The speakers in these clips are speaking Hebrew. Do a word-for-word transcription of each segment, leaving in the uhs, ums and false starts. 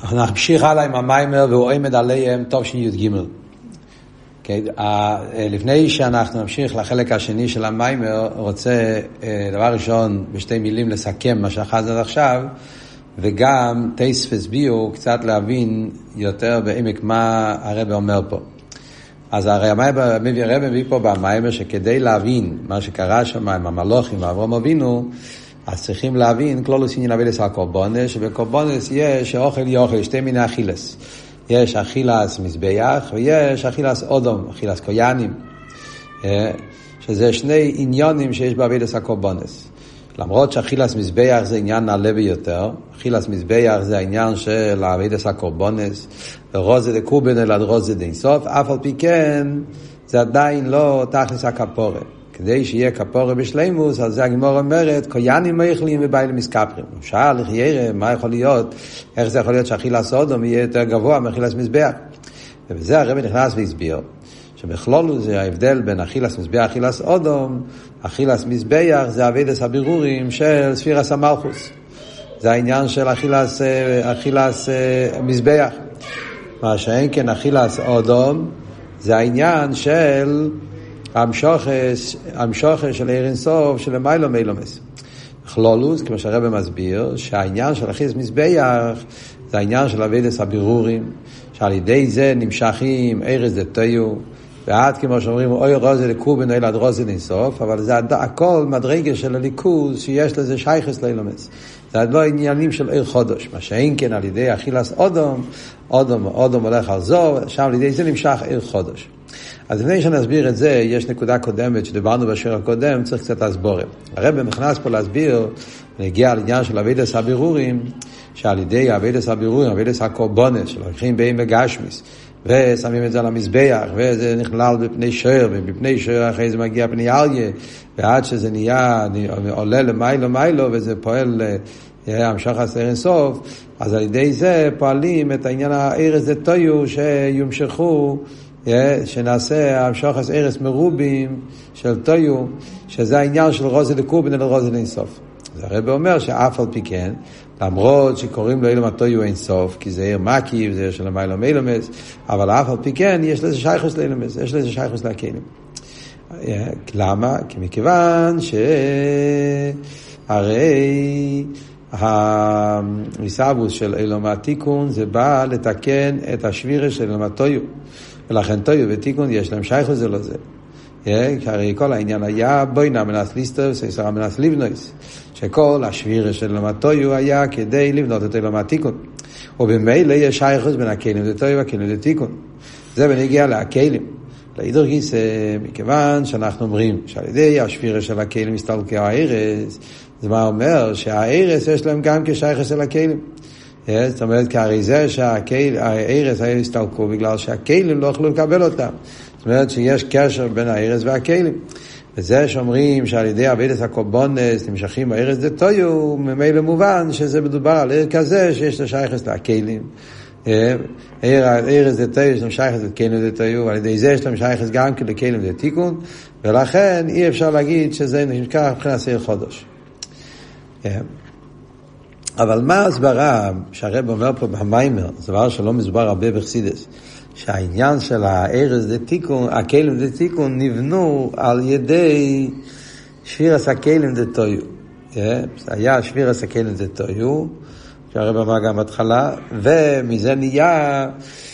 אנחנו נמשיך הלאה עם המיימר והוא עומד עליהם טוב שי"ג. לפני שאנחנו נמשיך לחלק השני של המיימר, רוצה דבר ראשון בשתי מילים לסכם מה שאחזנו עד עכשיו, וגם תספס ביו קצת להבין יותר בעמק מה הרב אומר פה. אז הרי הרב מביא פה במיימר שכדי להבין מה שקרה שם עם המלוכים ואברהם אבינו, אז צריכים להבין כלולוס עניין אביידס הקורבנס, שבקורבנס יש אוכל יאכל, שתי מיני אכילס. יש אכילס מזבח ויש אכילס אודום, אכילס קויאנים, שזה שני עניונים שיש באביידס הקורבנס. למרות שאכילס מזבח זה עניין נעלה ביותר, אכילס מזבח זה העניין של אביידס הקורבנס, ורוזי דקורבן אלא רוזי דאינסוף, אף על פי כן זה עדיין לא תכלס הכפורה. כדי שיהיה כפורה בשלימוס, אז זה הגמור אומרת, קויאנים מאכלים ובאים מסקפרים. אפשר לחיירה, מה יכול להיות? איך זה יכול להיות שאכילס אודום יהיה יותר גבוה מאכילס מזבח? ובזה הרב נכנס והסביר, שבכלולו זה ההבדל בין אכילס מזבח אכילס אודום, אכילס מזבח זה אביידס הבירורים של ספירס המלכוס. זה העניין של אכילס, אכילס מזבח. מה שאין כן אכילס אודום, זה העניין של המשוחש, המשוחש של עיר אינסוף, של מיילו מילומס. כלולוס, כמו שהרב מסביר, שהעניין של אכילס מזבח, זה העניין של אביידס הבירורים, שעל ידי זה נמשכים ערס דתיו, ועד כמו שאומרים, אוי רוזי לקורבן אלא רוזי לאינסוף, אבל זה הכל מדרגה של הליכוז, שיש לזה שייכס לאילומס. זה לא עניינים של עיר חודש, מה שאין כן על ידי אכילס אודום, אודום, אודום הולך על זו, שם על ידי זה נמשך עיר חודש. אז לפני שנסביר את זה, יש נקודה קודמת שדיברנו בשיר הקודם, צריך קצת להסבור. הרב נכנס פה להסביר, נגיע לעניין של אביידס הבירורים, שעל ידי אביידס הבירורים, אביידס הקורבנס, שלוקחים באים בגשמיס, ושמים את זה על המזבח, וזה נכלל בפני שוער, ובפני שוער אחרי זה מגיע פני אריה, ועד שזה נהיה, עולה למיילו מיילו, וזה פועל המשך עשר אינסוף, אז על ידי זה פועלים את העניין הארץ דתיו, שיומשכו, שנעשה המשוחס ארץ מרובים של תויו, שזה העניין של רוזי לקורבן אל רוזי לאינסוף. אז הרב אומר שאף על פי כן, למרות שקוראים לו אילום התויו אינסוף, כי זה עיר מקיף, זה עיר של המיילו מילומס, אבל אף על פי כן יש לזה שייכוס לאילומס, יש לזה שייכוס להקלים. למה? כי מכיוון שהרי המסעבוס של אילום התיקון זה בא לתקן את השבירה של אילום התויו, ולכן תויו ותיקון יש להם שייכוס זה לא זה. כי הרי כל העניין היה בוינה מנס ליסטר סייסרה מנס ליבנויס, שכל השבירה של אילום התויו היה כדי לבנות את אילום התיקון, ובמילא יש שייכוס בין הכלים לתויו והכלים לתיקון. זה בנגיע להכלים. להידור גיס, מכיוון שאנחנו אומרים שעל ידי השבירה של הכלים מסתלקי הארץ, זה מה אומר שהארץ יש להם גם כשייכוס אל הכלים. זאת אומרת, כי הרי זה שהארץ היה הסתלקו בגלל שהכלים לא יכלו לקבל אותם. זאת אומרת שיש קשר בין הארץ והכלים. וזה שאומרים שעל ידי אביידס הקורבנס נמשכים הארץ דתיו, ממילא מובן שזה מדובר על עיר כזה שיש לשייכס לכלים. הארץ דתיו יש לשייכס לכלים דתיו, ועל ידי זה יש לשייכס גם לכלים דתיקון, ולכן אי אפשר להגיד שזה נשכח מבחינת עיר חודש. אבל מה הסברה שהרב אומר פה במיימר, זה דבר שלא מסובר הרבה בחסידות, שהעניין של הארץ דתיקון, הכלים דתיקון נבנו על ידי שבירס הכלים דתיו. היה שבירס הכלים דתיו, שהרב אמר גם בהתחלה, ומזה נהיה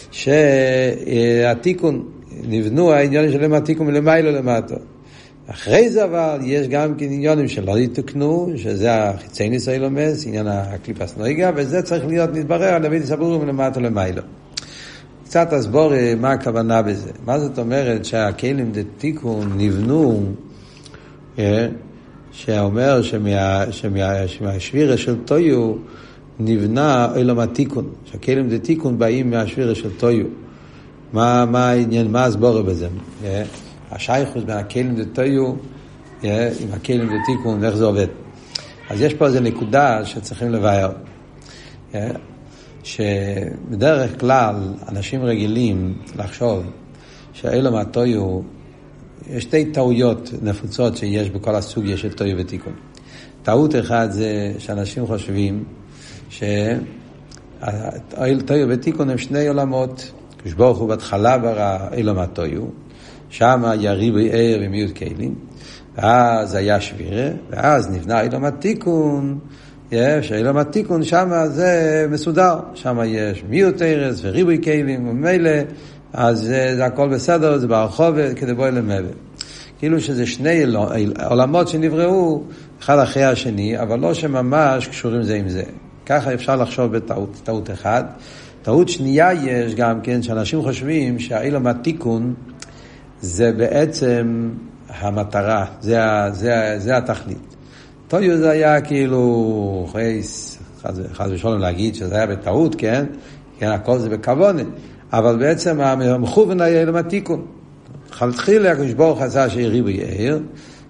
שהתיקון, נבנו העניינים שלהם התיקון מלמיילו למטה. אחרי זה אבל יש גם עניינים שלא יתוקנו, שזה החיצי ניסיילומס, עניין הקליפס נויגה, וזה צריך להיות נתברר על אביידס הבירורים מלמטה למיילו. קצת הסבור מה הכוונה בזה. מה זאת אומרת שהכלים דתיקון נבנו, שאומר שמהשבירה של תויו נבנה אילום התיקון, שהכלים דתיקון באים מהשבירה של תויו. מה, מה העניין, מה הסבור בזה? השייכוס בין הכלים דתיו עם הכלים דתיקון, איך זה עובד. אז יש פה איזו נקודה שצריכים לבאר, שבדרך כלל אנשים רגילים לחשוב שהאילום התויו, יש שתי טעויות נפוצות שיש בכל הסוגיה של תויו ותיקון. טעות אחת זה שאנשים חושבים ש תויו ותיקון הם שני עולמות. כשברוך הוא בהתחלה ברא אילום התויו, שם היה ריבוי עיר ומיעוט כלים, ואז היה שבירה, ואז נבנה אילום התיקון, יש אילום התיקון, שם זה מסודר, שם יש מיעוט עירס וריבוי כלים, וממילא, אז זה, זה הכל בסדר, זה ברחוב כדי בוא אל המבל. כאילו שזה שני עולמות שנבראו אחד אחרי השני, אבל לא שממש קשורים זה עם זה. ככה אפשר לחשוב בטעות, טעות אחד. טעות שנייה יש גם כן, שאנשים חושבים שהאילום התיקון זה בעצם המטרה, זה, זה, זה התכלית. תויו זה היה כאילו, חייס, חס ושלום להגיד שזה היה בטעות, כן? כן, הכל זה בכוונה. אבל בעצם המכוון היה אילום התיקון. חלתחילה הקדוש ברוך הוא עשה שיהיה ריבוי עיר,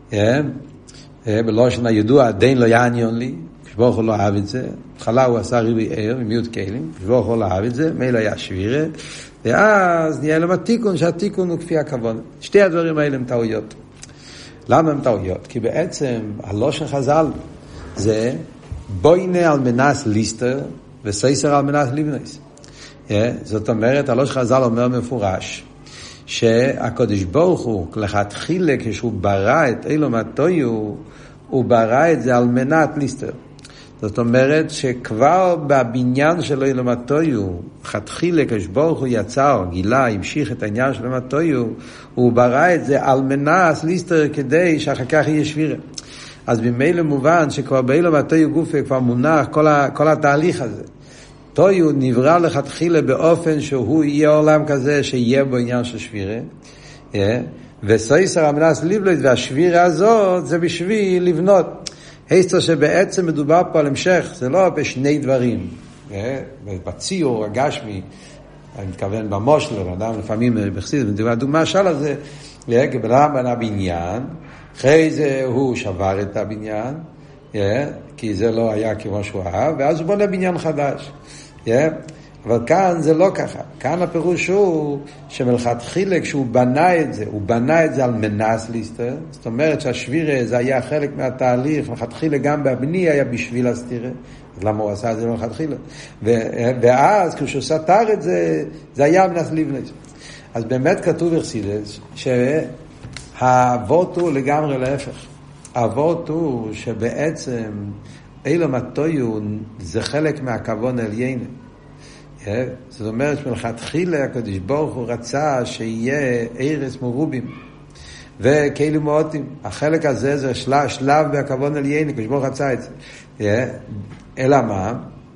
בלושן הידוע דין לא יעניין לי, הקדוש ברוך הוא לא אהב את זה, בהתחלה הוא עשה ריבוי עיר עם כלים, הקדוש ברוך הוא לא אהב את זה, מילא היה שבירה, ואז נהיה להם התיקון, שהתיקון הוא כפי הכוונה. שתי הדברים האלה הם טעויות. למה הם טעויות? כי בעצם הלושן חז"ל זה בוינה על מנס ליסטר וסייסר על מנס ליבנוס. זאת אומרת, הלושן חז"ל אומר מפורש, שהקדוש ברוך הוא לכתחילה כשהוא ברא את אילום התויו, הוא ברא את זה על מנת ליסטר. זאת אומרת שכבר בבניין של אילום התויו, לכתחילה כשהקדוש ברוך הוא יצר, גילה, המשיך את העניין של אילום התויו, הוא ברא את זה על מנת ליסטר כדי שאחר כך יהיה שבירה. אז במילא מובן שכבר באילום התויו גופה כבר מונח כל, ה, כל התהליך הזה. תויו נברא לכתחילה באופן שהוא יהיה עולם כזה שיהיה בו עניין של שבירה, וסייסר המנס ליבלויד, והשבירה הזאת זה בשביל לבנות. היסטר שבעצם מדובר פה על המשך, זה לא בשני דברים, בציור הגשמי, אני מתכוון במושל, אדם לפעמים בחסיד, הדוגמה של הזה, בן בנה בניין, אחרי זה הוא שבר את הבניין, כי זה לא היה כמו שהוא אהב, ואז הוא בונה בניין חדש. אבל כאן זה לא ככה. כאן הפירוש הוא שמלכתחילה כשהוא בנה את זה, הוא בנה את זה על מנס ליסטר, זאת אומרת שהשבירה זה היה חלק מהתהליך, מלכתחילה גם בבני היה בשביל הסתירה, אז למה הוא עשה את זה מלכתחילה? ואז כשהוא סתר את זה, זה היה מנס ליבנוס. אז באמת כתוב בחסידות שהאבות הוא לגמרי להפך. האבות הוא שבעצם אילום התויו זה חלק מהכוון העליון. זאת אומרת שמלכתחילה הקדוש ברוך הוא רצה שיהיה ערס מרובים וכאילו מועטים. החלק הזה זה שלב, שלב בהכוון העליון, הקדוש ברוך הוא רצה את זה. אלא מה?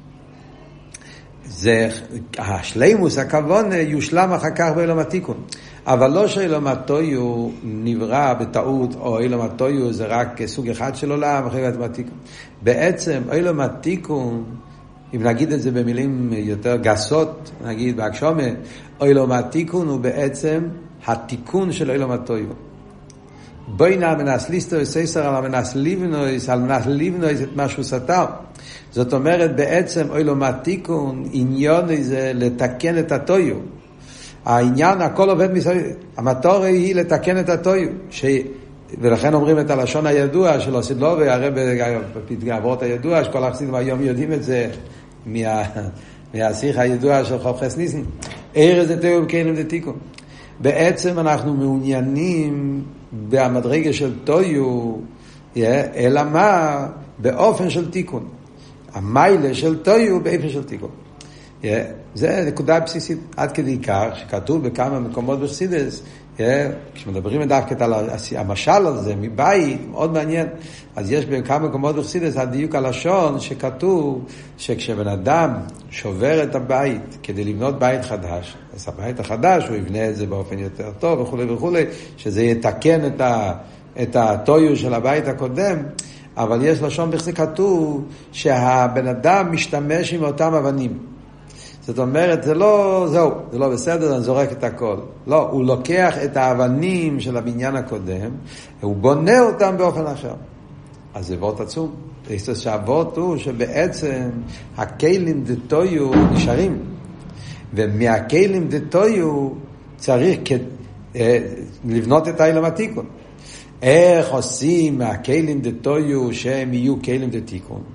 זה השלימוס, הכוון יושלם אחר כך באילום התיקון. אבל לא שאילום התויו נברא בטעות, או אילום התויו זה רק סוג אחד של עולם, אחרי אילום התיקון. בעצם אילום התיקון, אם נגיד את זה במילים יותר גסות, נגיד בהגשומה, אילום התיקון הוא בעצם התיקון של אילום התויו. בוינה מנס ליסטר סייסר על המנס ליבנויס, על מנס ליבנויס את משהו סתר. זאת אומרת בעצם אילום התיקון, עניון זה לתקן את התויו. העניין הכל עובד מסביב, המטרה היא לתקן את התויו, ש... ולכן אומרים את הלשון הידוע של הסילובי, הרי בפתגעברות הידוע, שכל החסידים היום יודעים את זה מה... מהשיח הידוע של חוב חס ניסן, ארז דתיו בקיילים דתיקון. בעצם אנחנו מעוניינים במדרגה של תויו, אלא מה? באופן של תיקון. המיילה של תויו באופן של תיקון. Yeah, זה נקודה בסיסית עד כדי כך שכתוב בכמה מקומות בחסידות, yeah, כשמדברים דווקא על המשל הזה מבית, מאוד מעניין. אז יש בכמה מקומות בחסידות הדיוק הלשון שכתוב שכשבן אדם שובר את הבית כדי לבנות בית חדש, אז הבית החדש הוא יבנה את זה באופן יותר טוב וכו' וכו', שזה יתקן את ה את התויו של הבית הקודם. אבל יש לשון בחסידות כתוב שהבן אדם משתמש עם אותם אבנים. זאת אומרת, זה לא, זהו, זה לא בסדר, אני זורק את הכל. לא, הוא לוקח את האבנים של הבניין הקודם, הוא בונה אותם באופן אחר. אז זה וורט עצום. זה שהוורט הוא שבעצם הכלים דתויו נשארים. ומהכלים דתויו צריך לבנות את האילום התיקון. איך עושים מהכלים דתויו שהם יהיו כלים דתיקון?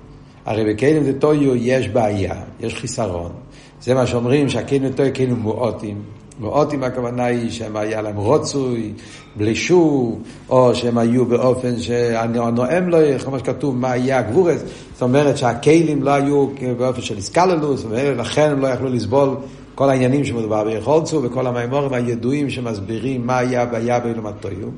הרי בכלים דתויו יש בעיה, יש חיסרון. זה מה שאומרים שהכלים דתויו כאילו מועטים. מועטים הכוונה היא שהם היה להם רוצוי, בלי שוב, או שהם היו באופן שהנואם לא, כמו שכתוב, מה היה הגבורס. זאת אומרת שהכלים לא היו באופן של איסקללוס, ולכן הם לא יכלו לסבול כל העניינים שמדובר ביכולצו, וכל המיימורים הידועים שמסבירים מה היה בעיה באילום התויו.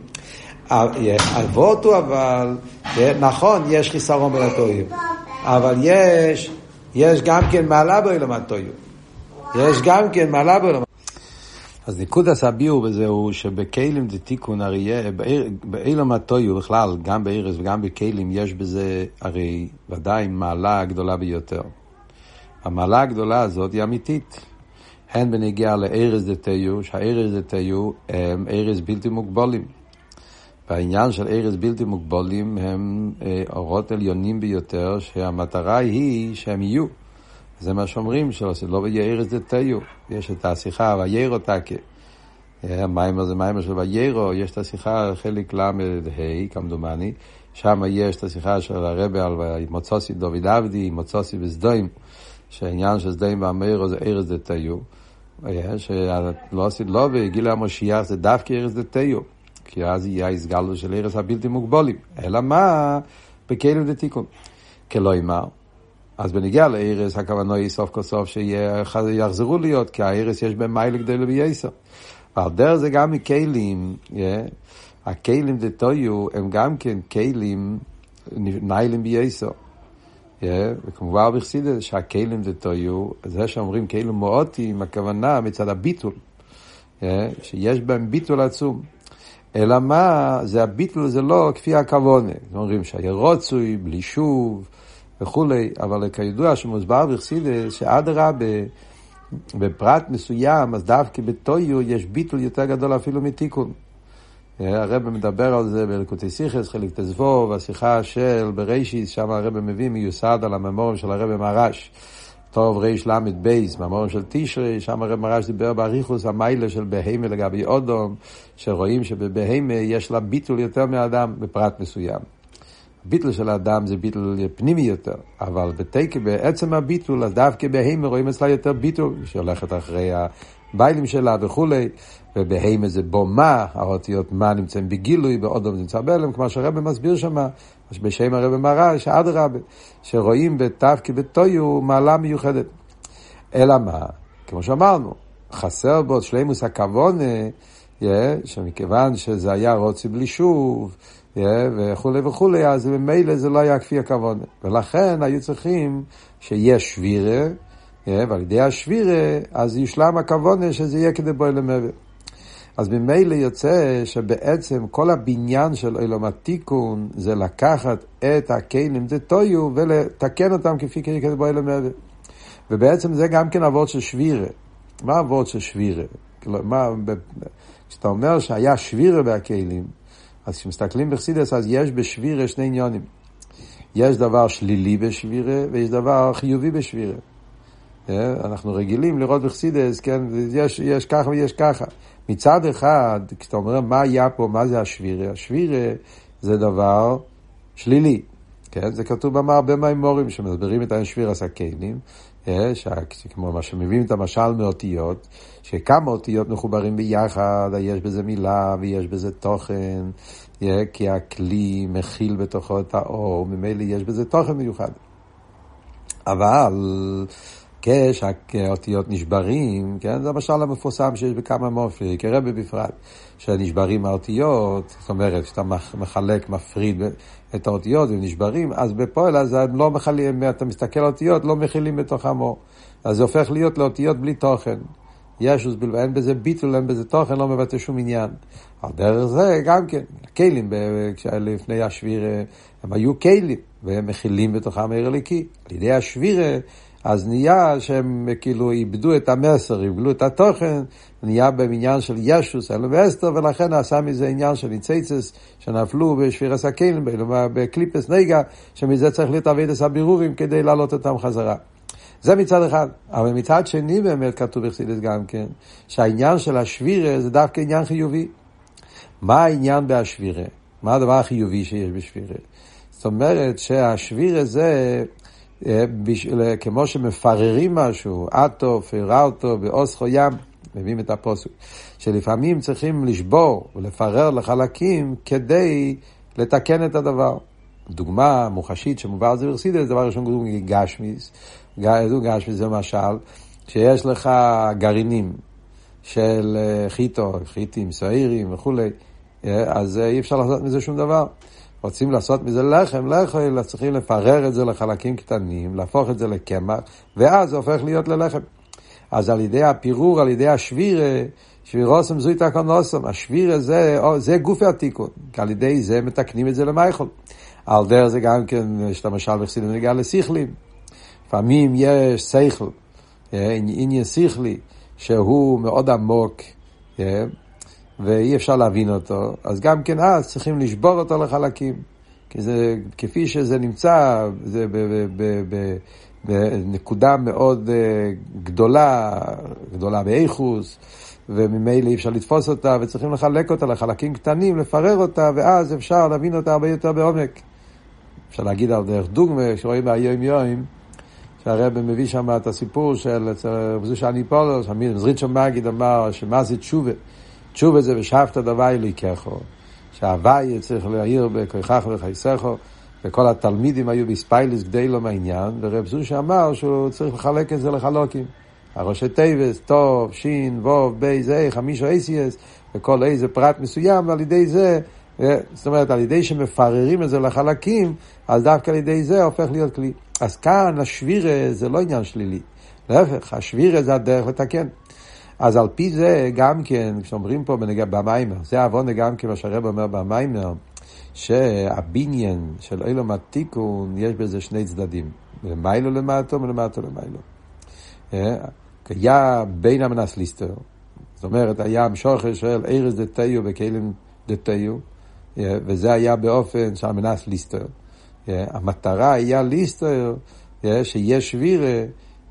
אבותו אבל, נכון, יש חיסרון בלתויו, אבל יש, יש גם כן מעלה באילום התויו. יש גם כן מעלה באילום. אז ניקוד הסביעו בזה הוא שבכלים דתיקון הרי באילום התויו בכלל, גם באירס וגם בכלים, יש בזה הרי ודאי מעלה גדולה ביותר. המעלה הגדולה הזאת היא אמיתית. הן בנגיע לאירס דתיו, שהאירס דתיו הם אירס בלתי מוגבלים. והעניין של אירס בלתי מוגבלים הם אורות עליונים ביותר, שהמטרה היא שהם יהיו. זה מה שאומרים שלו, זה לא ביארס דתיו. יש את השיחה, ויירו תקה. המיימר זה מיימר של ויירו, יש את השיחה, חלק למד ה' כמדומני, שם יש את השיחה של הרבי על מוצוסי דוד עבדי, מוצוסי בסדוים, שהעניין של סדוים ואמרו זה ארס דתיו. שלא עשית לא, בגיל המשיח זה דווקא ארס דתיו. כי אז יהיה הסגלו של ארס הבלתי מוגבלים. אלא מה? בכלים דתיקון. כלא אמר. אז בנגיע לארס, הכוונה היא סוף כל סוף שיחזרו להיות, כי הארס יש בהם מייל גדול בייסר. ועל דרך זה גם מכלים, הכלים דתויו הם גם כן כלים ניילים בייסר. וכמובן בחסידות שהכלים דתויו, זה שאומרים כלים מועטים, הכוונה מצד הביטול, שיש בהם ביטול עצום. אלא מה? זה הביטול זה לא כפי הכוונה. אומרים שהיה רוצוי, בלי שוב, וכולי, אבל כידוע שמוסבר בחסידות שאדרבה בפרט מסוים, אז דווקא בתויו יש ביטול יותר גדול אפילו מתיקון. הרב מדבר על זה בליקוטי שיחס, חלק תזבו, והשיחה של בראשית, שם הרב מביא מיוסד על הממורים של הרב מרש, טוב ריש למד בייס, ממורים של תשרי, שם הרב מרש דיבר באריכוס המיילה של בהימה לגבי אודום, שרואים שבבהימה יש לה ביטול יותר מאדם בפרט מסוים. ביטול של האדם זה ביטול פנימי יותר, אבל בתקי בעצם הביטול, אז דווקא בהימה רואים אצלה יותר ביטול, שהולכת אחרי הביילים שלה וכולי, ובהימה זה בומה, האותיות מה נמצאים בגילוי, באודום נמצא בלם, כמו שהרבא מסביר שמה, בשם הרבא מרש, עד רבא, שרואים בתווקי בתויו מעלה מיוחדת. אלא מה? כמו שאמרנו, חסר בו שלימוס הכוונה, שמכיוון שזה היה רוצי בלי שוב, וכולי וכולי, אז במילא זה לא היה כפי הכוונה. ולכן היו צריכים שיש שבירה, ועל ידי השבירה, אז יושלם הכוונה שזה יהיה כדי בו למעבר. אז במילא יוצא שבעצם כל הבניין של עולם התיקון זה לקחת את הכלים דתויו ולתקן אותם כפי כדי בו למעבר. ובעצם זה גם כן עבוד של שבירה. מה עבוד של שבירה? מה, כשאתה אומר שהיה שבירה בהכלים, אז כשמסתכלים בחסידות, אז יש בשבירה שני עניונים. יש דבר שלילי בשבירה, ויש דבר חיובי בשבירה. אנחנו רגילים לראות בחסידות, כן, יש, יש ככה ויש ככה. מצד אחד, כשאתה אומר מה היה פה, מה זה השבירה? השבירה זה דבר שלילי. כן, זה כתוב הרבה מהמורים שמסברים את השבירה סכנים, כמו מה שמביאים את המשל מאותיות, שכמה אותיות מחוברים ביחד, יש בזה מילה ויש בזה תוכן, כי הכלי מכיל בתוכו את האור, ממילא יש בזה תוכן מיוחד. אבל כשהאותיות נשברים, כן, זה המשל המפורסם שיש בכמה מופי, כרבי בפרט, שנשברים האותיות, זאת אומרת, כשאתה מחלק, מפריד את האותיות ונשברים, אז בפועל אז הם לא מכילים, אתה מסתכל על האותיות, לא מכילים בתוכם אור. אז זה הופך להיות לאותיות בלי תוכן. ישוס בלבד, אין בזה ביטול, אין בזה תוכן, לא מבטא שום עניין. על דרך זה גם כן, כלים, לפני השביר, הם היו כלים, והם מכילים בתוכם עיר אליקי. על ידי השביר, אז נהיה שהם כאילו איבדו את המסר, איבדו את התוכן, נהיה במניין של ישוס, אלו ואסתר, ולכן נעשה מזה עניין של ניציצס, שנפלו בשביר הסכלים, בקליפס נגע, שמזה צריך להתעבד את הבירורים כדי להעלות אותם חזרה. זה מצד אחד. אבל מצד שני באמת כתוב בחסידות גם כן, שהעניין של השבירה זה דווקא עניין חיובי. מה העניין בהשבירה? מה הדבר החיובי שיש בשבירה? זאת אומרת שהשבירה זה כמו שמפררים משהו, אטו, פרה אותו, באוסחו ים, מביאים את הפוסק, שלפעמים צריכים לשבור ולפרר לחלקים כדי לתקן את הדבר. דוגמה מוחשית שמובא על זה ברסידס, דבר ראשון דוגמה גשמיס, גשמיס זה משל, שיש לך גרעינים של חיטו, חיטים, סעירים וכו', אז אי אפשר לעשות מזה שום דבר. רוצים לעשות מזה לחם, לחם, צריכים לפרר את זה לחלקים קטנים, להפוך את זה לקמח, ואז זה הופך להיות ללחם. אז על ידי הפירור, על ידי השביר, שבירוסם זו תקנוסם, השביר זה, זה גוף התיקון, כי על ידי זה מתקנים את זה למייכל. על דרך זה גם כן, שאתה משל בחסידות נגיע לשיחלים. לפעמים יש שכל, עניין שכלי, שהוא מאוד עמוק, ואי אפשר להבין אותו, אז גם כן אז צריכים לשבור אותו לחלקים. כי זה, כפי שזה נמצא, זה ב, ב, ב, ב, בנקודה מאוד גדולה, גדולה באיכוס, וממילא אי אפשר לתפוס אותה, וצריכים לחלק אותה לחלקים קטנים, לפרר אותה, ואז אפשר להבין אותה הרבה יותר בעומק. אפשר להגיד על דרך דוגמה, שרואים היום יום, שהרב מביא שם את הסיפור של זה שאני פולוס, מזריצ'ו מגיד אמר, שמה זה תשובה? תשובה זה ושאפת דווי ליקחו, שהווי צריך להעיר בכוחך וחייסכו, וכל התלמידים היו בספיילס גדי לו מהעניין, ורב זוש אמר שהוא צריך לחלק את זה לחלוקים. הראשי טייבס, טוב, שין, ווב, בי, זה, חמישו אייסייס, וכל איזה פרט מסוים, ועל ידי זה, זאת אומרת, על ידי שמפררים את זה לחלקים, אז דווקא על ידי זה הופך להיות כלי. אז כאן השבירה זה לא עניין שלילי. להפך, השבירה זה הדרך לתקן. אז על פי זה גם כן, כשאומרים פה בנגע במיימר, זה העוונה גם כן מה שהרב אומר במיימר, שהבניין של אילום התיקון יש בזה שני צדדים, למיילו למטו ולמטו למיילו. היה בין המנס ליסטר, זאת אומרת היה המשוכר של ארז דתיו וכלים דתיו, וזה היה באופן שהמנס ליסטר. המטרה היה ליסטר, שיש שבירה,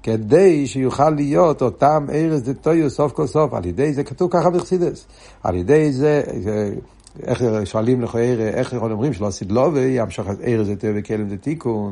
כדי שיוכל להיות אותם ארז דתיו סוף כל סוף, על ידי זה כתוב ככה בחסידות, על ידי זה, איך שואלים לך, איך יכולים אומרים שלא סדלובי, ימשוך ארז דתיו וכלים דתיקון,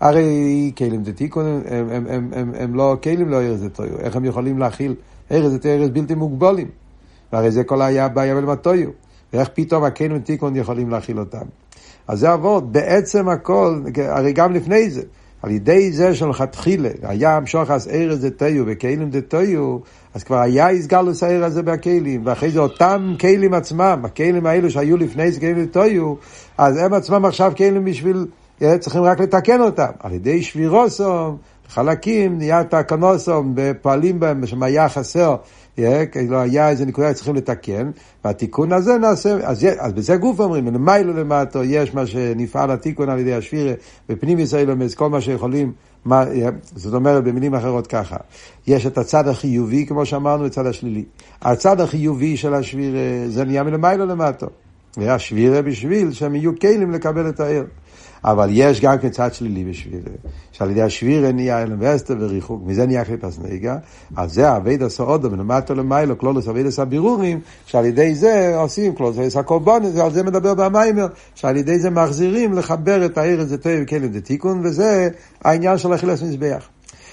הרי כלים דתיקון הם, הם, הם, הם, הם, הם לא כלים לא ארז דתיו, איך הם יכולים להכיל ארז דתיו, ארז בלתי מוגבלים, והרי זה כל היה בעיה ולמטויו, ואיך פתאום הכלים דתיקון יכולים להכיל אותם. אז זה עבוד, בעצם הכל, הרי גם לפני זה, על ידי זה שלכתחילה, היה המשוחס ארז דתיו וכלים דתיו, אז כבר היה הסגלוס העיר הזה בכלים, ואחרי זה אותם כלים עצמם, הכלים האלו שהיו לפני זה כלים דתיו, אז הם עצמם עכשיו כלים בשביל, צריכים רק לתקן אותם. על ידי שבירוסום, חלקים, נהיה תקנוסום, בפועלים בהם, בשם היה חסר, כאילו היה איזה נקודה צריכים לתקן, והתיקון הזה נעשה, אז, אז בזה גוף אומרים, למיילו למטו, יש מה שנפעל התיקון על ידי השבירה, בפנים ישראל, כל מה שיכולים, מה, זאת אומרת במילים אחרות ככה, יש את הצד החיובי, כמו שאמרנו, הצד השלילי. הצד החיובי של השבירה, זה נהיה מלמיילו למטו, והשבירה בשביל שהם יהיו כלים לקבל את העיר. אבל יש גם קצת שלילי בשבירה, שעל ידי השבירה נהיה אלם ואסתר וריחוק, מזה נהיה קליפס נהיגה, אז זה העבד הסעודו, מנמטו למיילו, כלולוס עבד הסבירורים, שעל ידי זה עושים כלולוס הקורבנות, ועל זה מדבר במיימר, שעל ידי זה מחזירים לחבר את העיר הזה טוב וכלים דתיקון, וזה העניין של החילס מזבח.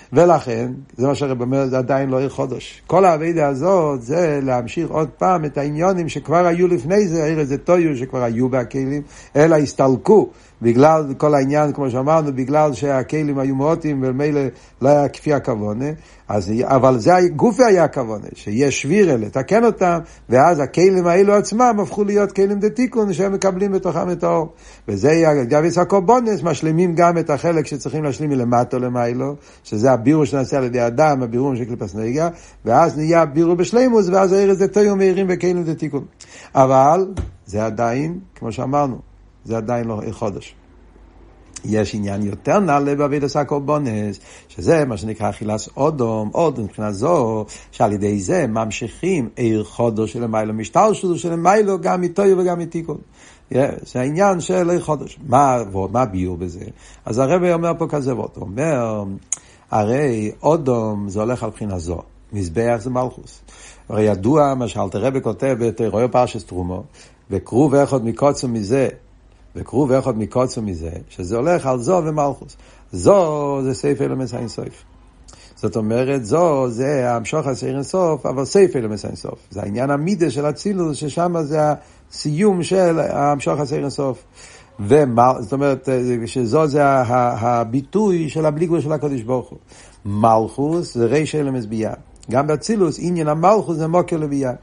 ולכן, זה מה שהרב אומר, זה עדיין לא עיר חודש. כל העבודה הזאת זה להמשיך עוד פעם את העניונים שכבר היו לפני זה, העיר הזה טויו שכבר היו בהכלים, אלא הסתלקו, בגלל כל העניין, כמו שאמרנו, בגלל שהכלים היו מועטים, ומילא לא היה כפי הכוונה, אז, אבל זה גופי היה הכוונה, שיש שבירה לתקן אותם, ואז הכלים האלו עצמם הפכו להיות כלים דתיקון, שהם מקבלים בתוכם את האור. וזה גביס הקורבנס, משלימים גם את החלק שצריכים להשלים מלמטו למיילו, שזה הבירור שנעשה על ידי אדם, הבירור של קליפס נהיגה, ואז נהיה בירור בשלימוס, ואז העיר הזה תויו מהירים בכלים דתיקון. אבל זה עדיין, כמו שאמרנו, זה עדיין לא חודש. יש עניין יותר נעלה בעבודת הקורבנות, שזה מה שנקרא אכילת אודום, אודום מבחינה זו, שעל ידי זה ממשיכים עיר חודש של המיילו, משטר שלו של המיילו, גם מתויו וגם מתיקון. זה העניין של עיר חודש. מה, מה ביור בזה? אז הרב אומר פה כזה, הוא אומר, הרי אודום זה הולך על בחינה זו, מזבח זה מלכוס. הרי ידוע מה שאלתר רבי כותב בתורה פרשת תרומו, וקרו ואחד מקוצו מזה, וקרו ואחד מקוצו מזה, שזה הולך על זו ומלכוס. זו זה סייף אלמס אין סוף. זאת אומרת, זו זה המשוך הסעיר אין סוף, אבל סייף אלמס אין סוף. זה העניין המידה של הצילוס, ששם זה הסיום של המשוך הסעיר אין סוף. ומה, זאת אומרת, שזו זה הביטוי של הבליגו של הקדוש ברוך הוא. מלכוס זה ריש אלמס בייה. גם בצילוס, עניין המלכוס זה מוקר לבייה.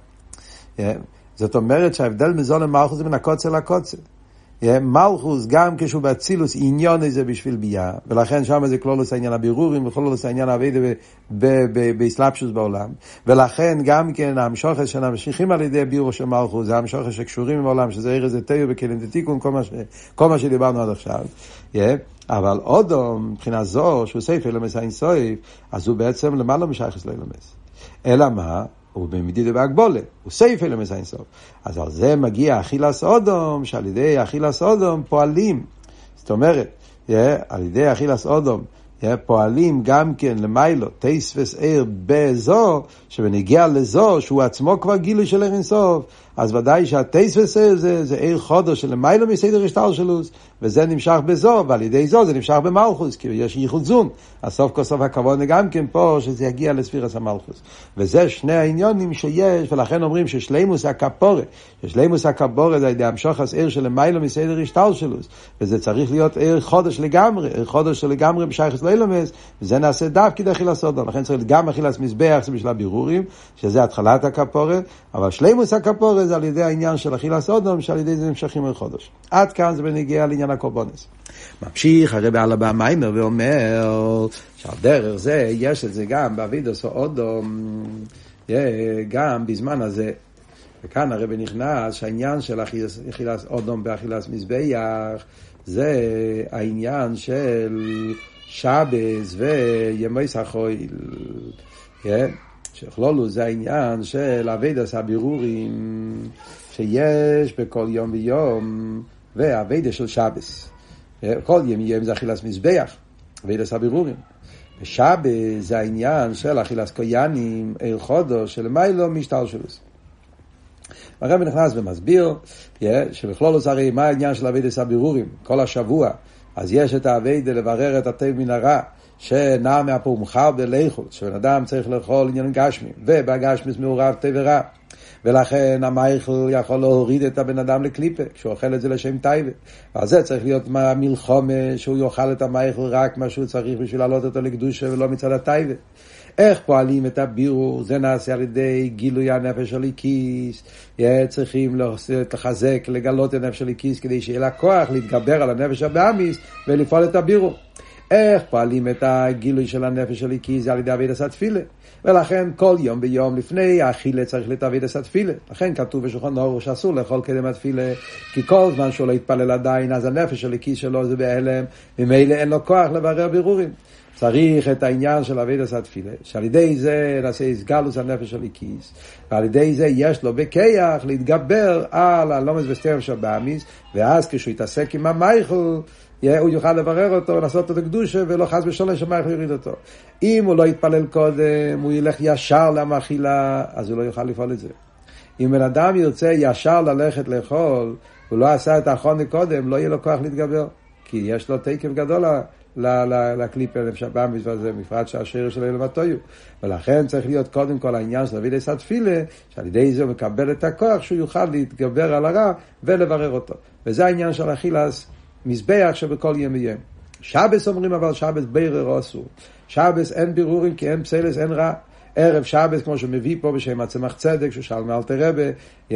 זאת אומרת שההבדל מזו למלכוס זה מן הקוצר לקוצר. מלכוס גם כשהוא באצילוס עניון איזה בשביל בייה, ולכן שם זה כלולוס העניין הבירורים וכלולוס העניין העבודה באסלאפשוס בעולם, ולכן גם כן המשוחס שנמשיכים על ידי בירו של מלכוס זה המשוחס שקשורים בעולם, שזה עיר איזה תאו וכלים דתיקון, כל מה, ש... כל מה שדיברנו עד עכשיו. yeah. אבל אודום מבחינה זו שהוא סייף אלמס אין סוף, אז הוא בעצם למעלה משייכס לאלמס. אלא מה? הוא במדידה בהגבולה, הוא סייף אלמס אין סוף. אז על זה מגיע אכילס אודום, שעל ידי אכילס אודום פועלים. זאת אומרת, yeah, על ידי אכילס אודום yeah, פועלים גם כן למיילו, תייס וסעיר בזו, שבנגיע לזו, שהוא עצמו כבר גילוי של אין סוף, אז ודאי שהתייס וסעיר זה, זה עיר חודו של למיילו מסדר השטר שלוס, וזה נמשך בזו, ועל ידי זו זה נמשך במלכוס, כי יש ייחוד זון. הסוף כל סוף הכבוד גם כן פה, שזה יגיע לספירס המלכוס. וזה שני העניונים שיש, ולכן אומרים ששלימוס הכפורה, ששלימוס הכפורה זה הידי המשוחס עיר של למיילו מסדר השטר שלוס, וזה צריך להיות עיר חודש לגמרי, עיר חודש לגמרי בשייכס לאילומס, וזה נעשה דווקא אכילס אודום. לכן צריך גם אכילס מזבח, זה בשביל הבירורים, שזה התחלת הכפורה, אבל שלימוס הכפורה זה על ידי העניין של אכילס אודום, שעל ידי זה נמשכים עיר חודש. עד כאן זה בנגיע לעניין הקורבנס. ממשיך הרבי על הבא מיימר ואומר שעל דרך זה יש את זה גם באבידוס אודום, גם בזמן הזה. וכאן הרבי נכנס שהעניין של אכילס אודום באכילס מזבח זה העניין של שבס וימי סחויל, שכלולו זה העניין של אבידוס הבירורים שיש בכל יום ויום, והעבודה של שבס. כל יום יום זה אכילס מזבח, עבודת הבירורים. ושבס זה העניין של אכילס קויאנים, עיר חודש, שלמיילו משטר שלוס. הרב נכנס ומסביר, שבכלולוס הרי מה העניין של עבודת הבירורים? כל השבוע, אז יש את העבודה לברר את הטוב מן הרע, שנע מהפומחר בליכות, שבן אדם צריך לאכול עניין גשמי, ובגשמי מעורב טוב ורע. ולכן המייכל יכול להוריד את הבן אדם לקליפה, כשהוא אוכל את זה לשם טייבה. ועל זה צריך להיות מלחומה, שהוא יאכל את המייכל רק מה שהוא צריך בשביל לעלות אותו לקדושה ולא מצד הטייבה. איך פועלים את הבירור? זה נעשה על ידי גילוי הנפש של הכיס. צריכים לחזק, לגלות את הנפש של הכיס, כדי שיהיה לה כוח להתגבר על הנפש הבאמיס ולפעול את הבירור. איך פועלים את הגילוי של הנפש של הכיס? זה על ידי עבודת התפילה. ולכן כל יום ביום לפני האכילה צריך לתעבד את התפילה. לכן כתוב בשולחן אורוך שאסור לאכול קדם התפילה, כי כל זמן שהוא לא יתפלל עדיין, אז הנפש של הכיס שלו זה בהלם, ומילא אין לו כוח לברר בירורים. צריך את העניין של עבודת התפילה, שעל ידי זה נעשה הסגלוס הנפש של הכיס, ועל ידי זה יש לו בכיח להתגבר על הלומס וסתרם של באמיס, ואז כשהוא יתעסק עם המייכל, הוא יוכל לברר אותו, לעשות אותו קדושה, ולא חס ושלום שמייכל יוריד אותו. אם הוא לא יתפלל קודם, הוא ילך ישר למאכילה, אז הוא לא יוכל לפעול את זה. אם בן אדם ירצה ישר ללכת לאכול, הוא לא עשה את האחרון קודם, לא יהיה לו כוח להתגבר, כי יש לו תקף גדול לקליפה לבאמיס, וזה מפרט שהשריר שלו ילמתויו. ולכן צריך להיות קודם כל העניין של עבודת התפילה, שעל ידי זה הוא מקבל את הכוח, שהוא יוכל להתגבר על הרע ולברר אותו. וזה העניין של אכילס מזבח שבכל יום ויום. שבס אומרים אבל שבס בירר אסור. שבס אין בירורים כי אין פסלס, אין רע. ערב שבס כמו שמביא פה בשם הצמח צדק, שהוא שאל מאלתר רבי,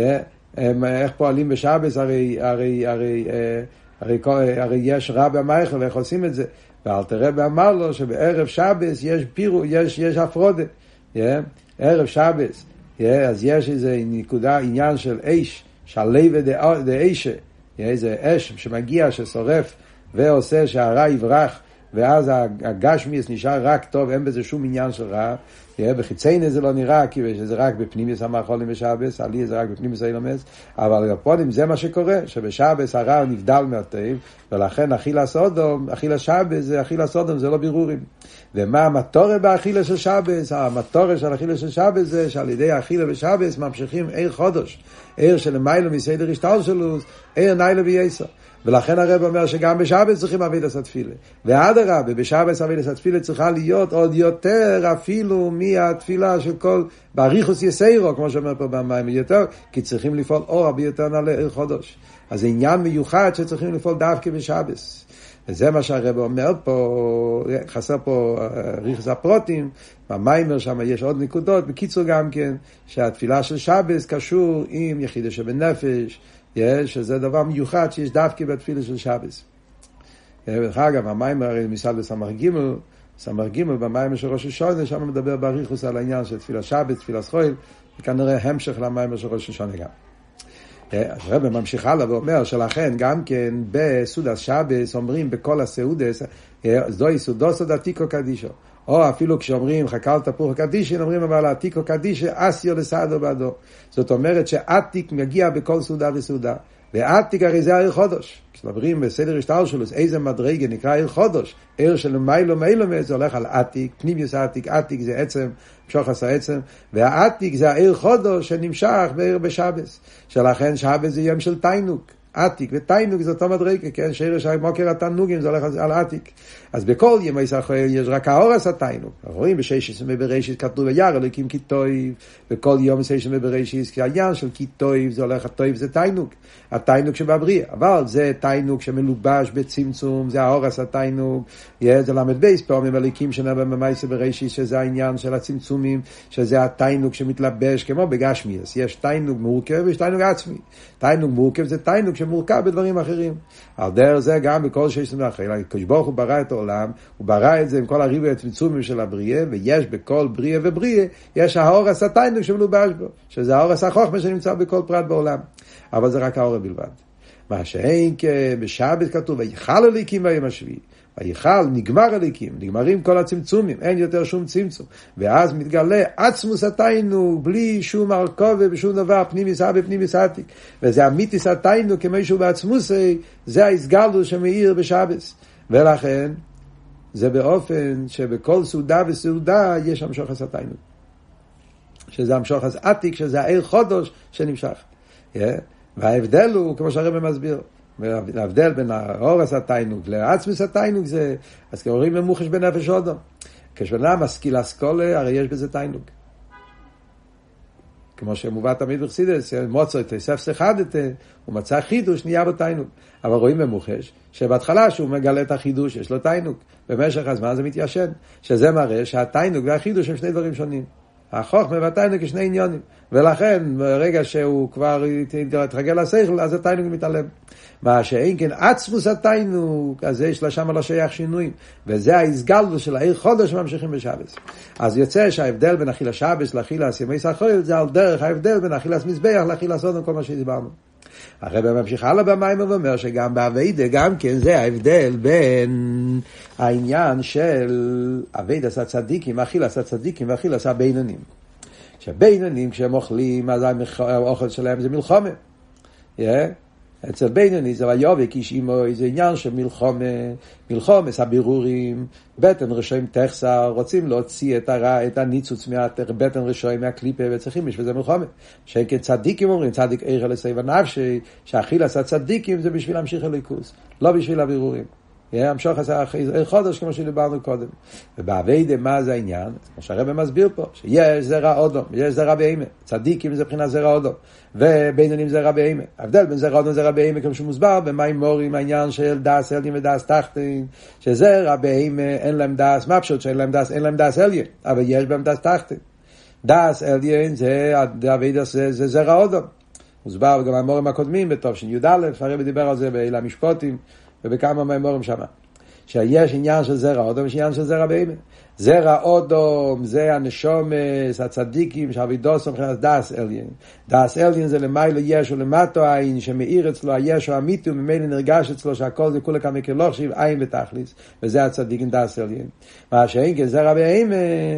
איך פועלים בשבס, הרי, הרי, הרי, הרי, הרי, הרי יש רע במייכל, איך עושים את זה? ואלתר רבי אמר לו שבערב שבס יש פירו, יש, יש הפרודה. ערב שבס, אז יש איזה נקודה, עניין של אש, שלווה דאשה, איזה אש שמגיע, ששורף ועושה שהרע יברח, ואז הגשמיס נשאר רק טוב, אין בזה שום עניין של רע. בחיצייני זה לא נראה, כי זה רק בפנימיוס המאכולים בשבס, עלי זה רק בפנימיוס האילומס, אבל בפונים זה מה שקורה, שבשבס הרע נבדל מהטוב, ולכן אכילס אודום, אכילס שבס, אכילס אודום זה לא בירורים. ומה המטורה באכילה של שבס? המטורה של אכילה של שבס זה שעל ידי האכילה בשבס ממשיכים עיר חודש, עיר של מיילו מסדר השטר שלו, עיר נילה וייסר. ולכן הרב אומר שגם בשבת צריכים אבידס התפילה. ואדרבה, בשבת אבידס התפילה צריכה להיות עוד יותר אפילו מהתפילה של כל, באריכוס יסיירו, כמו שאומר פה במים יותר, כי צריכים לפעול אור הרבה יותר נעלה עיר חודש. אז זה עניין מיוחד שצריכים לפעול דווקא בשבת. וזה מה שהרב אומר פה, חסר פה ריכס הפרוטים, במיימר שם יש עוד נקודות, בקיצור גם כן, שהתפילה של שבת קשור עם יחידה שבנפש, שזה דבר מיוחד שיש דווקא בתפילה של שבת. דרך אגב, המיימר הרי מסעד בסמך גימל, סמך גימל במיימר של ראש השונה, שם מדבר בריכוס על העניין של תפילה שבת, תפילה סחויל, וכנראה המשך למיימר של ראש השונה גם. הרב ממשיך הלאה ואומר שלכן גם כן בסעודת שבת אומרים בכל הסעודס זוהי סעודוס דתיקו קדישו, או אפילו כשאומרים חקל תפוח קדישין אומרים אבל עתיקו קדישי אסיו לסעדו בעדו. זאת אומרת שעתיק מגיע בכל סעודה וסעודה, ועתיק הרי זה עיר חודש. כשדברים בסדר השטר שלו איזה מדרגה נקרא עיר חודש, עיר של מיילו מיילו זה הולך על עתיק, פנימיוס עתיק, עתיק זה עצם, שוחס העצם, והעתיק זה העיר חודש שנמשך בעיר בשבס, שלכן שבס זה יום של תיינוק. עתיק ותיינוק זה אותו מדרגה, כן, שרש מוקר התענוגים זה הולך על עתיק. אז בכל ימי סחויל יש רק האורס התיינוק. רואים בשש עשרה בראשית כתוב וירא אלוקים כי טוב, בכל יום שש עשרה בראשית כעניין של כי טוב זה הולך, הטוב זה תיינוק, התיינוק שבבריאה, אבל זה תיינוק שמלובש בצמצום, זה האורס התיינוק, זה למד בייס פעמים אלוקים שנבא במייסה בראשית, שזה העניין של הצמצומים, שזה התיינוק שמתלבש כמו בגשמיאס. יש תיינוק מורכב ויש תיינוק עצמי. תיינוק מורכב זה תיינוק שמורכב בדברים אחרים. על דרך זה גם בכל שש עשרה אחרי, כשברוך הוא ברא את העולם, הוא ברא את זה עם כל הריבוי הצמצומים של הבריאה, ויש בכל בריאה ובריאה, יש האורס התיינוק שמלובש בו, שזה האורס החוכמה שנמצא בכל פרט בעולם. אבל זה רק האור בלבד. מה שאין בשבת כתוב, ויכל אליקים ביום השביעי. ויכל, נגמר אליקים, נגמרים כל הצמצומים, אין יותר שום צמצום. ואז מתגלה עצמוס התיינוק, בלי שום הרכובה, בשום דבר, פנימיס אבי, פנימיס עתיק. וזה אמיתיס התיינוק, כמו שהוא בעצמוסי, זה ההסגלדוס שמאיר בשבת. ולכן, זה באופן שבכל סעודה וסעודה יש המשוחס התיינוק. שזה המשוחס עתיק, שזה העיר חודש שנמשך. Yeah. וההבדל הוא, כמו שהרב מסביר, ההבדל בין האורס התיינוק לעצמוס התיינוק זה, אז קוראים למוחש בנפש אדם. כשבנה משכיל אסכולה, הרי יש בזה תיינוק. כמו שמובא תמיד בחסידות, מוצא את ספס אחד, הוא מצא חידוש, נהיה בו תיינוק. אבל רואים במוחש, שבהתחלה שהוא מגלה את החידוש, יש לו תיינוק. במשך הזמן זה מתיישן. שזה מראה שהתיינוק והחידוש הם שני דברים שונים. החוכמה והתיינוק יש שני עניונים. ולכן, ברגע שהוא כבר התרגל לשכל, אז התיינוק מתעלם. מה שאין כן עצמוס התיינוק, אז יש לה שם לא שייך שינויים. וזה ההסגלדוס של העיר חודש שממשיכים בשבת. אז יוצא שההבדל בין אכילת שבת לאכילת ימי סחויל, זה על דרך ההבדל בין אכילת מזבח לאכילת סודום, כל מה שדיברנו. הרב ממשיך הלאה במים ואומר שגם בעבודה, גם כן זה ההבדל בין העניין של עבודת הצדיקים, אכילת הצדיקים ואכילת הבינונים. כשבינונים, כשהם אוכלים, אז האוכל שלהם זה מלחמה. Yeah. אצל בינוני זה ויובק איש אימו, זה עניין של מלחמה, מלחמה, הבירורים, בטן רשעים תחסר, רוצים להוציא את, הרע, את הניצוץ מהבטן רשעים מהקליפה, וצריכים בשביל זה מלחמה. שכן צדיקים אומרים, צדיק ערך לסייב הנפשי, שאכילת הצדיקים זה בשביל להמשיך הליכוס, לא בשביל הבירורים. המשוך עשה חודש כמו שדיברנו קודם. ובעבודה מה זה העניין? כמו שהרב מסביר פה, שיש זרע אודום, יש זרע בהמה. צדיקים זה בחינת זרע אודום, ובינונים זרע בהמה. ההבדל בין זרע אודום וזרע בהמה, כמו שמוסבר במים מורים, העניין של דאס אלין ודאס תחתין, שזרע בהמה אין להם דאס, מה פשוט שאין להם דאס, אין להם דאס אלין, אבל יש בהם דאס תחתין. דאס אלין זה, העבודה זה, זה זרע אודום. מוסבר גם המורים הקודמים, בטוב של י"א, הרב דיבר על זה באלה משפוטים, ובכמה מהמורים שמה. שיש עניין של זרע אודום, יש עניין של זרע בהמה. זרע אודום זה הנשומס, הצדיקים, שהאבידוסום מבחינת דאס אליין. דאס אליין זה למיילו יש ולמטו עין, שמאיר אצלו היש האמיתי, וממילא נרגש אצלו שהכל זה כולה כמה כלוכשיב, עין בתכליס, וזה הצדיקים דאס אליין. מה שאין כזרע בהמה,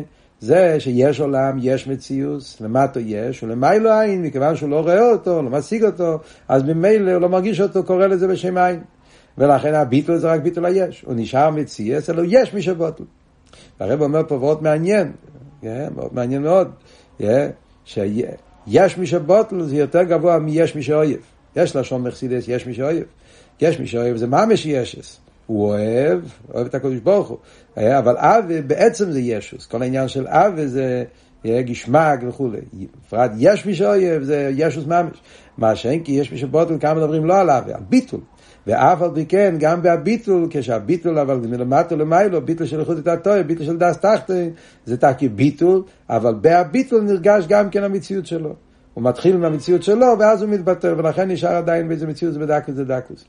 זה שיש עולם, יש מציאוס, למטו יש, ולמיילו עין, מכיוון שהוא לא רואה אותו, לא משיג אותו, אז ממילא הוא לא מרגיש אותו, קורא לזה בשם עין. ולכן הביטול זה רק ביטול היש. הוא נשאר מציאס, אלא יש מי שבוטל. והרב אומר פה מאוד מעניין, מאוד מעניין מאוד, שיש מי שבוטל זה יותר גבוה מיש מי שאויב. יש לשון מחסידס, יש מי שאוהב. יש מי שאוהב, זה ממש ישס. הוא אוהב, אוהב את הקדוש ברוך הוא. אבל אב בעצם זה ישוס. כל העניין של אב זה גשמק וכו'. בפרט יש מי שאוהב, זה ישוס ממש. מה שאין כי יש מי שבוטל, כמה מדברים לא עליו, על ביטול. ואף על פי כן, גם בהביטול, כשהביטול, אבל מלמטו למיילו, ביטול של איכות את התואר, ביטול של דס תחתון, זה תקי ביטול, אבל בהביטול נרגש גם כן המציאות שלו. הוא מתחיל מהמציאות שלו, ואז הוא מתבטל, ולכן נשאר עדיין באיזה מציאות, זה בדקוס, זה דקוס.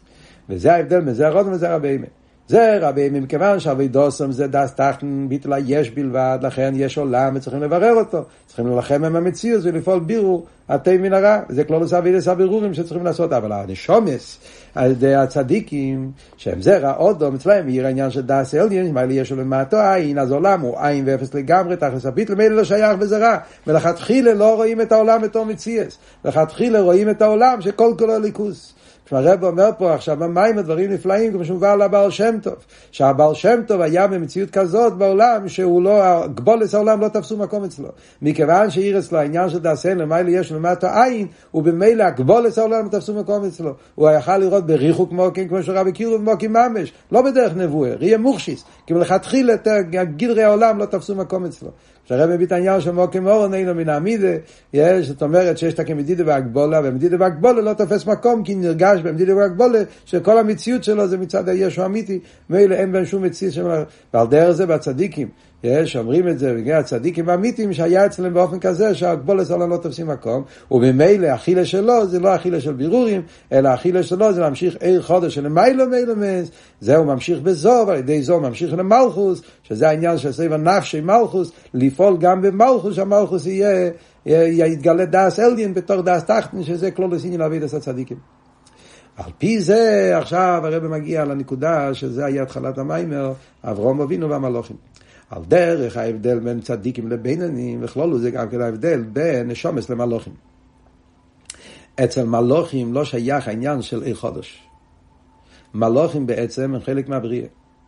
וזה ההבדל, מזה הרודן וזה רבי ימי. זה רבי ימי, מכיוון שהרבי דוסם זה דס תחתון, ביטול היש בלבד, לכן יש עולם, וצריכים לברר אותו. צריכים ללחם עם המציאות, ולפעול בירור, הטוב מן הרע. וזה כלול עושה וידס הבירורים שצריכים לעשות. אבל הנשומס, על ידי הצדיקים, שהם זרע אודום, אצלהם יהיה העניין של דס אליין, מה לי יש לו למטו עין, אז עולם הוא עין ואפס לגמרי, תכלס הביטול, מילא לא שייך וזרע. ולכתחילה לא רואים את העולם בתור מציאות. לכתחילה רואים את העולם שכל כולו ליכוס. כשהרב אומר פה עכשיו במים הדברים נפלאים, כמו שמובא לבעל שם טוב, שהבעל שם טוב היה במציאות כזאת בעולם, שהוא לא, גבולס העולם לא תפסו מקום אצלו. מכיוון שאיר אצלו העניין של דעשן, למעלה יש למטה עין, ובמילא גבולס העולם לא תפסו מקום אצלו. הוא יכל לראות בריחוק מוקים, כמו שרבי קירוב מוקים ממש, לא בדרך נבואה, ראייה מוכשיס, כי מלכתחילה גדרי העולם לא תפסו מקום אצלו. כשהרב מביא את העניין של מוקים אורן אינו מן העמידה, יש, זאת אומרת שיש תקים מדידה והגבולה, ומדידה והגבולה לא תופס מקום, כי נרגש במדידה והגבולה, שכל המציאות שלו זה מצד הישו אמיתי, ואלה אין בין שום מציאות שלו, ועל דרך זה בצדיקים, יש, אומרים את זה, וגם הצדיקים האמיתיים שהיה אצלם באופן כזה, שהגבולה שלו לא תופסים מקום, ובמילא החילה שלו, זה לא החילה של בירורים, אלא החילה שלו זה להמשיך עיר חודש של מיילו מיילו מס, זהו ממשיך בזוב, על ידי זוב ממשיך למלכוס, שזה העניין של סביב הנפשי מלכוס, לפעול גם במלכוס, שהמלכוס יהיה, יתגלה דאס אליין בתור דאס תחתון, שזה כלול עניין לעבודת הצדיקים. על פי זה, עכשיו הרב מגיע לנקודה, שזה היה התחלת המיימר, אברהם אבינו והמלאכים. על דרך ההבדל בין צדיקים לבינונים, וכלולו זה גם כן ההבדל בין נשומס למלאכים. אצל מלאכים לא שייך העניין של עיר חודש. מלאכים בעצם הם חלק מהבריאה.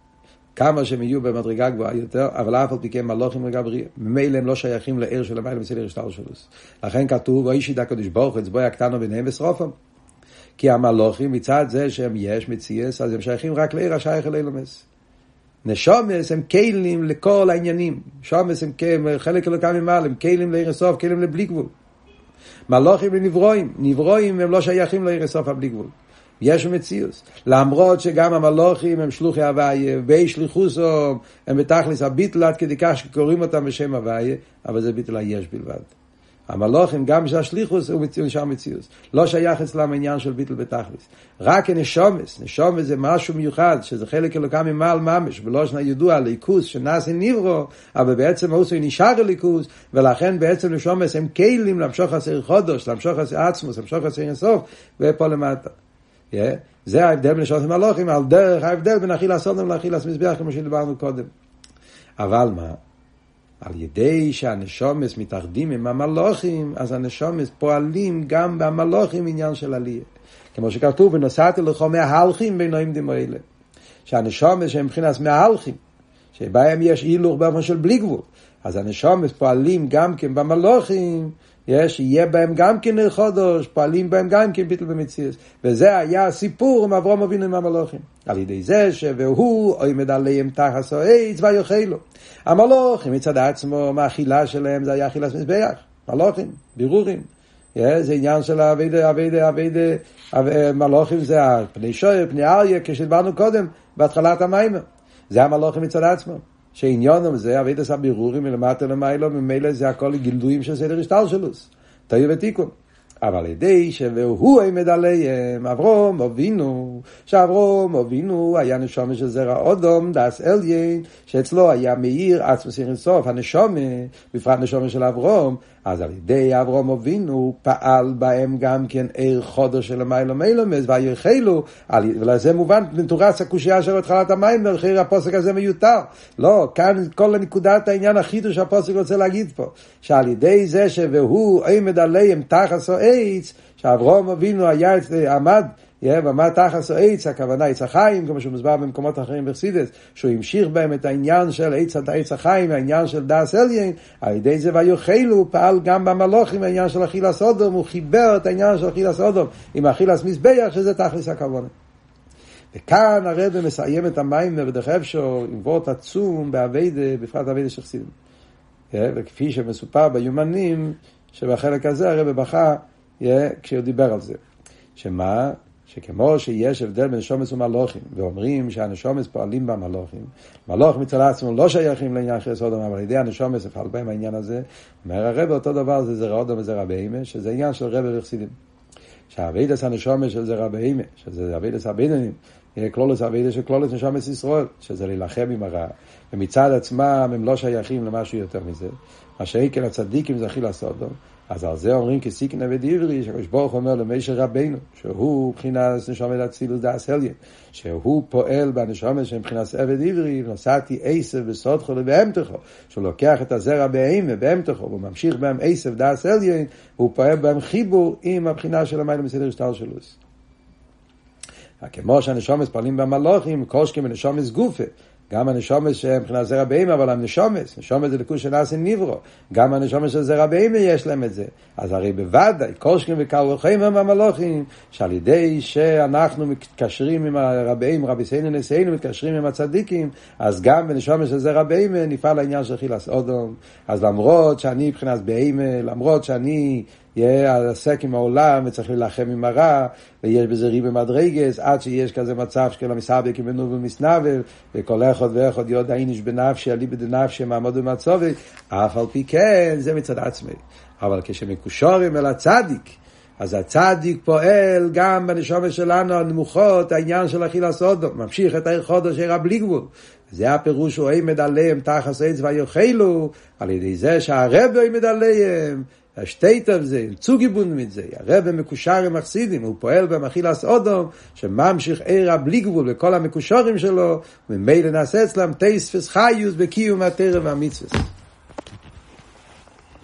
כמה שהם יהיו במדרגה גבוהה יותר, אבל אף על פי כן מלאכים מדרגה בריאה. ממילא הם לא שייכים לעיר של המיילה בסדר השטר שלוס. לכן כתוב, ואיש ידע קדוש ברוך הוא, אצבוי הקטנו ביניהם ושרופם. כי המלאכים מצד זה שהם יש מציאס, אז הם שייכים רק לעיר השייך אל אילומס. נשומס הם כלים לכל העניינים. שומס הם חלק אלוקם ממעל, הם כלים לעיר הסוף, כלים לבלי גבול. מלאכים הם נברואים. נברואים הם לא שייכים לעיר הסוף הבלי גבול. יש מציאוס. למרות שגם המלאכים הם שלוחי הוויה, בי שליחוסום, הם בתכלס הביטל עד כדי כך שקוראים אותם בשם הוויה, אבל זה ביטל היש בלבד. המלאכים גם שהשליחוס הוא נשאר מציאוס. לא שייך אצלם העניין של ביטל בתכלס. רק נשומס, נשומס זה משהו מיוחד, שזה חלק אלוקם ממעל ממש, ולא שנה ידוע ליכוס שנעשה נברו, אבל בעצם הוא נשאר ליכוס, ולכן בעצם נשומס הם כלים למשוך עשר חודש, למשוך עשר עצמוס, למשוך עשר אינסוף, ופה למטה. Yeah. זה ההבדל בין נשומס למלאכים, על דרך ההבדל בין אכילה סודם לאכילה מזבח, כמו שדיברנו קודם. אבל מה? על ידי שהנשומס מתאחדים עם המלאכים, אז הנשומס פועלים גם במלאכים עניין של עלייה. כמו שכתוב, ונוסעתי לכו מההלכים בינויים דמוילה. שהנשומס שהם מבחינת מההלכים, שבהם יש הילוך באופן של בלי גבול. אז הנשומס פועלים גם כן במלאכים, יש, יהיה בהם גם כן נר חודש, פועלים בהם גם כן ביטל במציאות. וזה היה הסיפור עם אברהם אבינו עם המלאכים. על ידי זה שהוא עומד עליהם תחת העץ ויאכלו. המלאכים מצד עצמו, מהאכילה שלהם זה היה אכילת מזבח. מלאכים, בירורים. זה עניין של עבודה, עבודה, עבודה. מלאכים זה פני שוער, פני אריה, כשדברנו קודם, בהתחלת המיימר. זה המלאכים מצד עצמו. שעניונם זה עבודת הבירורים מלמטה למיילו, ממילא זה הכל גילויים של סדר השטר שלוס. תהיו ותיקון. אבל ידי שהוא עמד עליהם, אברהם אבינו, שאברהם אבינו היה נשומש של זרע אודום, דס אליין, שאצלו היה מאיר עצמוס אינסוף, הנשומש, בפרט נשומש של אברהם, אז על ידי אברהם אבינו פעל בהם גם כן עיר חודש של המיילו מיילומס, ויאכלו, ולזה מובן, בתורס הקושייה של התחלת המיימר, חיר הפוסק הזה מיותר. לא, כאן כל נקודת העניין החידוש שהפוסק רוצה להגיד פה, שעל ידי זה שהוא עמד עליהם תחת העץ, שאברהם אבינו היה עמד ומה תחס או עץ, הכוונה עץ החיים, כמו שמוסבר במקומות אחרים בחסידות, שהוא המשיך בהם את העניין של עץ, עץ החיים, העניין של דאס עליין, על ידי זה ויאכלו, הוא פעל גם במלוכים, העניין של אכילת סודום, הוא חיבר את העניין של אכילת סודום, עם אכילת מזבח, שזה תכלס הכוונה. וכאן הרב מסיים את המים בדרך אפשר, עם וורט עצום, בעבודה, בפרט עבודה של חסידים. וכפי שמסופר ביומנים, שבחלק הזה הרב בכה, כשהוא דיבר על זה. שמה? שכמו שיש הבדל בין נשומס ומלוכים, ואומרים שהנשומס פועלים במלוכים, מלוך מצד עצמו לא שייכים לעניין של סודום, אבל על ידי הנשומס הפעל בהם העניין הזה, אומר הרב אותו דבר זה זרע אודום וזרע בהמה, שזה עניין של רב וחסידים. שהעבודת הנשומס של זרע בהמה, שזה עבודת הבינונים, כלולת עבודת של כלולת נשומס ישראל, שזה להילחם עם הרע, ומצד עצמם הם לא שייכים למשהו יותר מזה. מה שאיקן הצדיקים זה אכילת סודום, אז על זה אומרים כסיקנא ודברי, שהקדוש ברוך הוא אומר למשה רבינו, שהוא מבחינת נשומת אצילוס דאס עליין, שהוא פועל בנשומת שמבחינת עבד עברי, נשאתי עשב בסודך ובהמתך, שהוא לוקח את הזרע בהמה, בהמתך, והוא ממשיך בהם עשב דאס עליין, והוא פועל בהם חיבור עם הבחינה של המים מסדר השתלשלוס. כמו שהנשומת פועלים במלוכים, קושקים בנשומת גופה, גם הנשומס שמבחינת זרע בהמה, אבל הנשומס, נשומס זה לקוש שנעשה נברו, גם הנשומס של זרע בהמה יש להם את זה. אז הרי בוודאי, קושקים וקל וחיים הם המלוכים, שעל ידי שאנחנו מתקשרים עם הרבים, רבי סיינו נשאינו, מתקשרים עם הצדיקים, אז גם בנשומס של זרע בהמה נפעל העניין של חילס אודום. אז למרות שאני מבחינת בהמה, למרות שאני יעסק עם העולם וצריך להילחם עם הרע, ויש בזה ריב במדרגס, עד שיש כזה מצב שכל המסעבק עם בנו ומסנבל, וכל אחד ואחד יודע איניש בנפשי, עלי בדנפשי, מעמוד במצובי, אף על פי כן, זה מצד עצמי. אבל כשמקושרים אל הצדיק, אז הצדיק פועל גם בנשומות שלנו הנמוכות, העניין של אכילת סודום, ממשיך את היחוד אשר הבלי גבול. זה הפירוש הוא עמד עליהם תחס עץ ויאכלו, על ידי זה שהרב עמד עליהם, השתית על זה, צוגיבון מזה, הרב מקושר עם החסידים, הוא פועל במחילת סודום, שממשיך עיר הבלי גבול בכל המקושרים שלו, ומילא נעשה אצלם תספס חיוס בקיום התורה והמצוות.